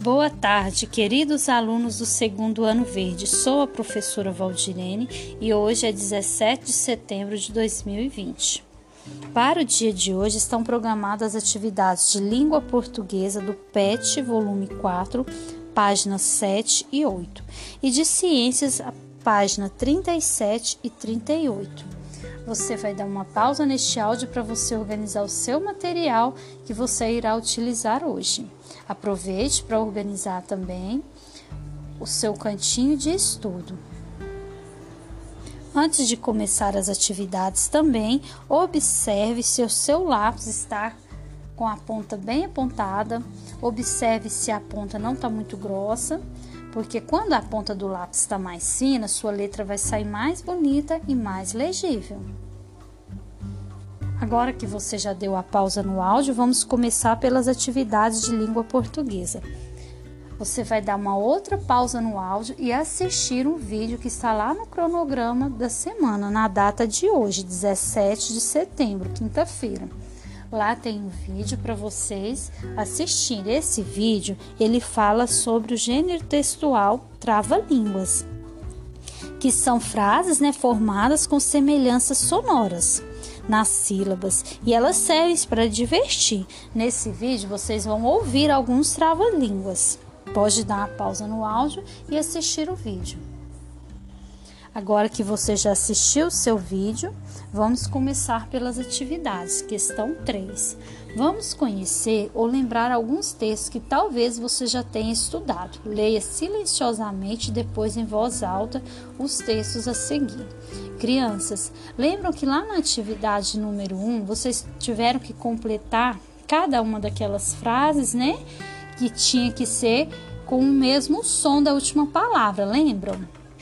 Boa tarde, queridos alunos do segundo ano verde. Sou a professora Valdirene e hoje é 17 de setembro de 2020. Para o dia de hoje estão programadas as atividades de língua portuguesa do PET, volume 4, páginas 7 e 8, e de ciências, a página 37 e 38. Você vai dar uma pausa neste áudio para você organizar o seu material que você irá utilizar hoje. Aproveite para organizar também o seu cantinho de estudo. Antes de começar as atividades também, observe se o seu lápis está com a ponta bem apontada. Observe se a ponta não está muito grossa, porque quando a ponta do lápis está mais fina, sua letra vai sair mais bonita e mais legível. Agora que você já deu a pausa no áudio, vamos começar pelas atividades de língua portuguesa. Você vai dar uma outra pausa no áudio e assistir um vídeo que está lá no cronograma da semana, na data de hoje, 17 de setembro, quinta-feira. Lá tem um vídeo para vocês assistirem. Esse vídeo, ele fala sobre o gênero textual trava-línguas, que são frases, formadas com semelhanças sonoras nas sílabas, e elas servem para divertir. Nesse vídeo vocês vão ouvir alguns trava-línguas. Pode dar uma pausa no áudio e assistir o vídeo. Agora que você já assistiu o seu vídeo, vamos começar pelas atividades. Questão 3. Vamos conhecer ou lembrar alguns textos que talvez você já tenha estudado. Leia silenciosamente e depois em voz alta os textos a seguir. Crianças, lembram que lá na atividade número 1, vocês tiveram que completar cada uma daquelas frases, que tinha que ser com o mesmo som da última palavra, lembram?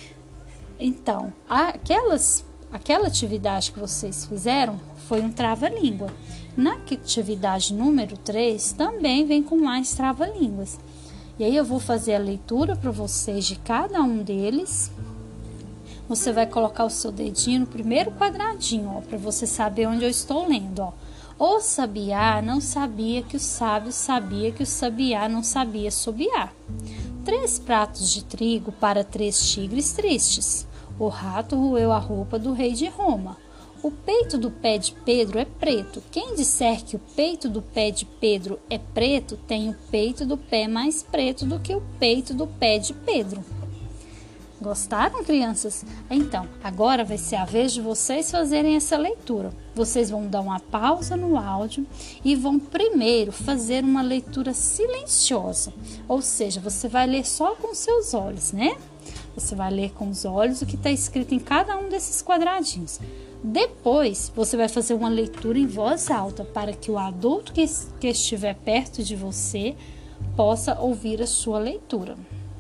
Então, aquela atividade que vocês fizeram foi um trava-língua. Na atividade número 3 também vem com mais trava-línguas. E aí eu vou fazer a leitura para vocês de cada um deles. Você vai colocar o seu dedinho no primeiro quadradinho, para você saber onde eu estou lendo. O sabiá não sabia que o sábio sabia que o sabiá não sabia sobiar. 3 pratos de trigo para 3 tigres tristes. O rato roeu a roupa do rei de Roma. O peito do pé de Pedro é preto. Quem disser que o peito do pé de Pedro é preto, tem o peito do pé mais preto do que o peito do pé de Pedro. Gostaram, crianças? Então, agora vai ser a vez de vocês fazerem essa leitura. Vocês vão dar uma pausa no áudio e vão primeiro fazer uma leitura silenciosa. Ou seja, você vai ler só com seus olhos, Você vai ler com os olhos o que está escrito em cada um desses quadradinhos. Depois, você vai fazer uma leitura em voz alta para que o adulto que estiver perto de você possa ouvir a sua leitura.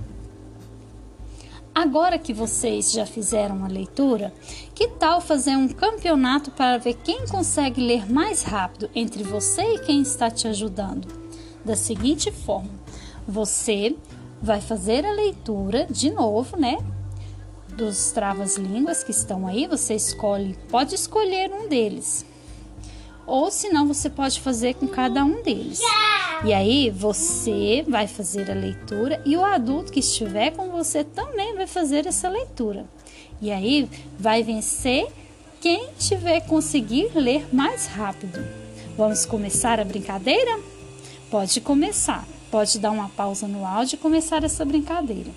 Agora que vocês já fizeram a leitura, que tal fazer um campeonato para ver quem consegue ler mais rápido entre você e quem está te ajudando? Da seguinte forma, você vai fazer a leitura de novo, dos travas-línguas que estão aí. Você pode escolher um deles. Ou senão você pode fazer com cada um deles. E aí você vai fazer a leitura e o adulto que estiver com você também vai fazer essa leitura. E aí vai vencer quem tiver conseguir ler mais rápido. Vamos começar a brincadeira? Pode começar. Pode dar uma pausa no áudio e começar essa brincadeira.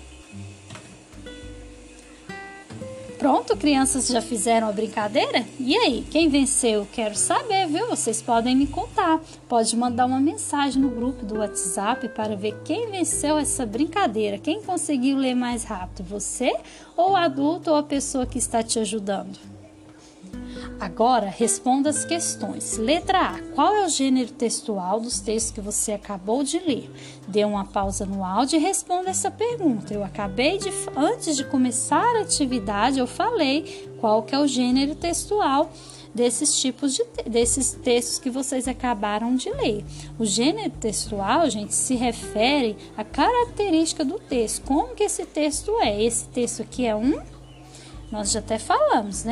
Pronto, crianças, já fizeram a brincadeira? E aí, quem venceu? Quero saber, viu? Vocês podem me contar. Pode mandar uma mensagem no grupo do WhatsApp para ver quem venceu essa brincadeira. Quem conseguiu ler mais rápido? Você ou o adulto ou a pessoa que está te ajudando? Agora, responda as questões. Letra A. Qual é o gênero textual dos textos que você acabou de ler? Dê uma pausa no áudio e responda essa pergunta. Antes de começar a atividade, eu falei qual que é o gênero textual desses textos que vocês acabaram de ler. O gênero textual, gente, se refere à característica do texto. Como que esse texto é? Esse texto aqui é nós já até falamos,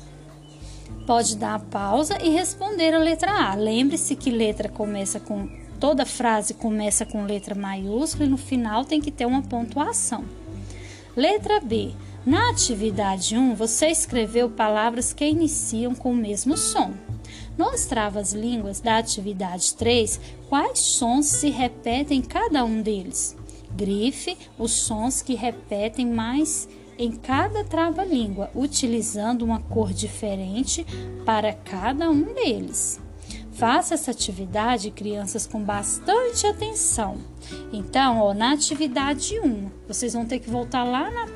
Pode dar a pausa e responder a letra A. Lembre-se que letra começa com toda frase começa com letra maiúscula e no final tem que ter uma pontuação. Letra B. Na atividade 1, você escreveu palavras que iniciam com o mesmo som. Nos travas-línguas da atividade 3, quais sons se repetem em cada um deles? Grife os sons que repetem mais em cada trava-língua, utilizando uma cor diferente para cada um deles. Faça essa atividade, crianças, com bastante atenção. Então, na atividade 1, vocês vão ter que voltar lá na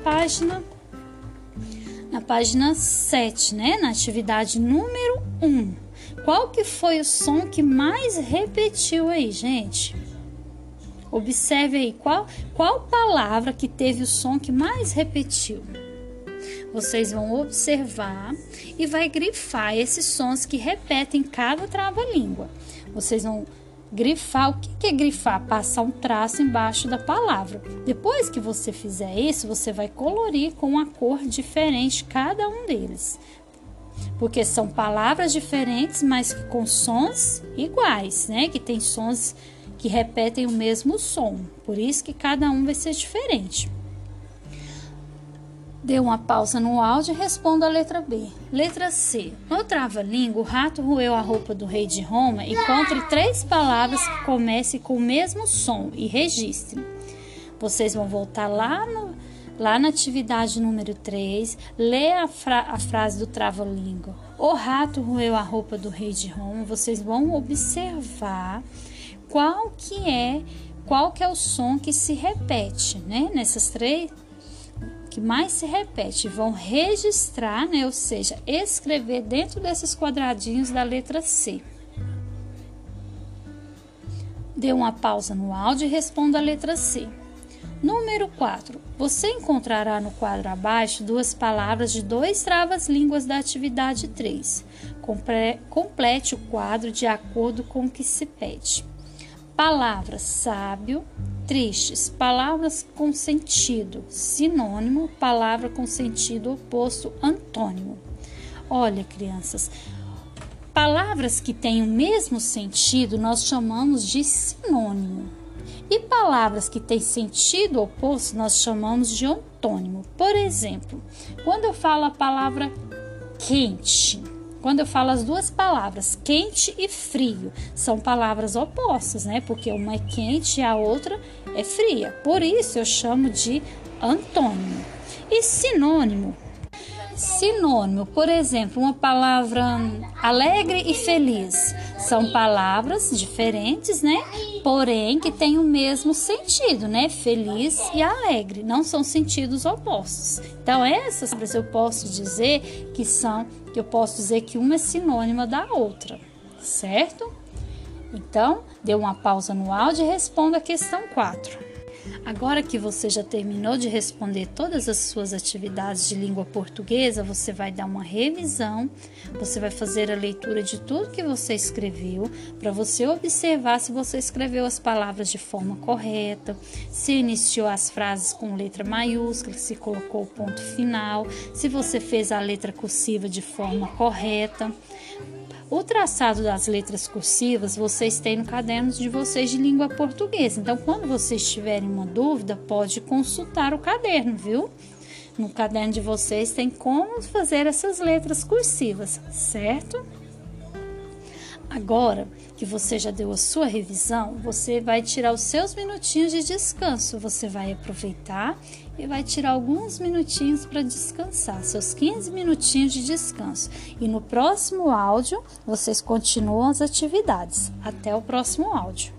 página 7, né? Na atividade número 1. Qual que foi o som que mais repetiu aí, gente? Observe aí, qual palavra que teve o som que mais repetiu? Vocês vão observar e vai grifar esses sons que repetem cada trava-língua. Vocês vão grifar. O que é grifar? Passar um traço embaixo da palavra. Depois que você fizer isso, você vai colorir com uma cor diferente cada um deles. Porque são palavras diferentes, mas com sons iguais, né? Que tem sons que repetem o mesmo som. Por isso que cada um vai ser diferente. Dê uma pausa no áudio e responda a letra B. Letra C. No trava-língua, o rato roeu a roupa do rei de Roma. Encontre 3 palavras que comecem com o mesmo som e registre. Vocês vão voltar lá na atividade número 3, ler a frase do trava-língua. O rato roeu a roupa do rei de Roma. Vocês vão observar qual que é o som que se repete, né? Nessas 3 que mais se repete, vão registrar, né? Ou seja, escrever dentro desses quadradinhos da letra C. Dê uma pausa no áudio e responda a letra C. Número 4. Você encontrará no quadro abaixo 2 palavras de 2 travas-línguas da atividade 3. Complete o quadro de acordo com o que se pede. Palavra sábio, tristes, palavras com sentido sinônimo, palavra com sentido oposto antônimo. Olha, crianças, palavras que têm o mesmo sentido nós chamamos de sinônimo. E palavras que têm sentido oposto nós chamamos de antônimo. Por exemplo, quando eu falo a palavra quente, quando eu falo as 2 palavras, quente e frio, são palavras opostas, né? Porque uma é quente e a outra é fria. Por isso eu chamo de antônimo. E sinônimo? Sinônimo, por exemplo, uma palavra alegre e feliz. São palavras diferentes, né? Porém, que têm o mesmo sentido, né? Feliz e alegre. Não são sentidos opostos. Então, essas eu posso dizer que uma é sinônima da outra, certo? Então, dê uma pausa no áudio e responda a questão 4. Agora que você já terminou de responder todas as suas atividades de língua portuguesa, você vai dar uma revisão, você vai fazer a leitura de tudo que você escreveu, para você observar se você escreveu as palavras de forma correta, se iniciou as frases com letra maiúscula, se colocou o ponto final, se você fez a letra cursiva de forma correta. O traçado das letras cursivas vocês têm no caderno de vocês de língua portuguesa. Então, quando vocês tiverem uma dúvida, pode consultar o caderno, viu? No caderno de vocês tem como fazer essas letras cursivas, certo? Agora que você já deu a sua revisão, você vai tirar os seus minutinhos de descanso. Você vai aproveitar e vai tirar alguns minutinhos para descansar, seus 15 minutinhos de descanso. E no próximo áudio, vocês continuam as atividades. Até o próximo áudio.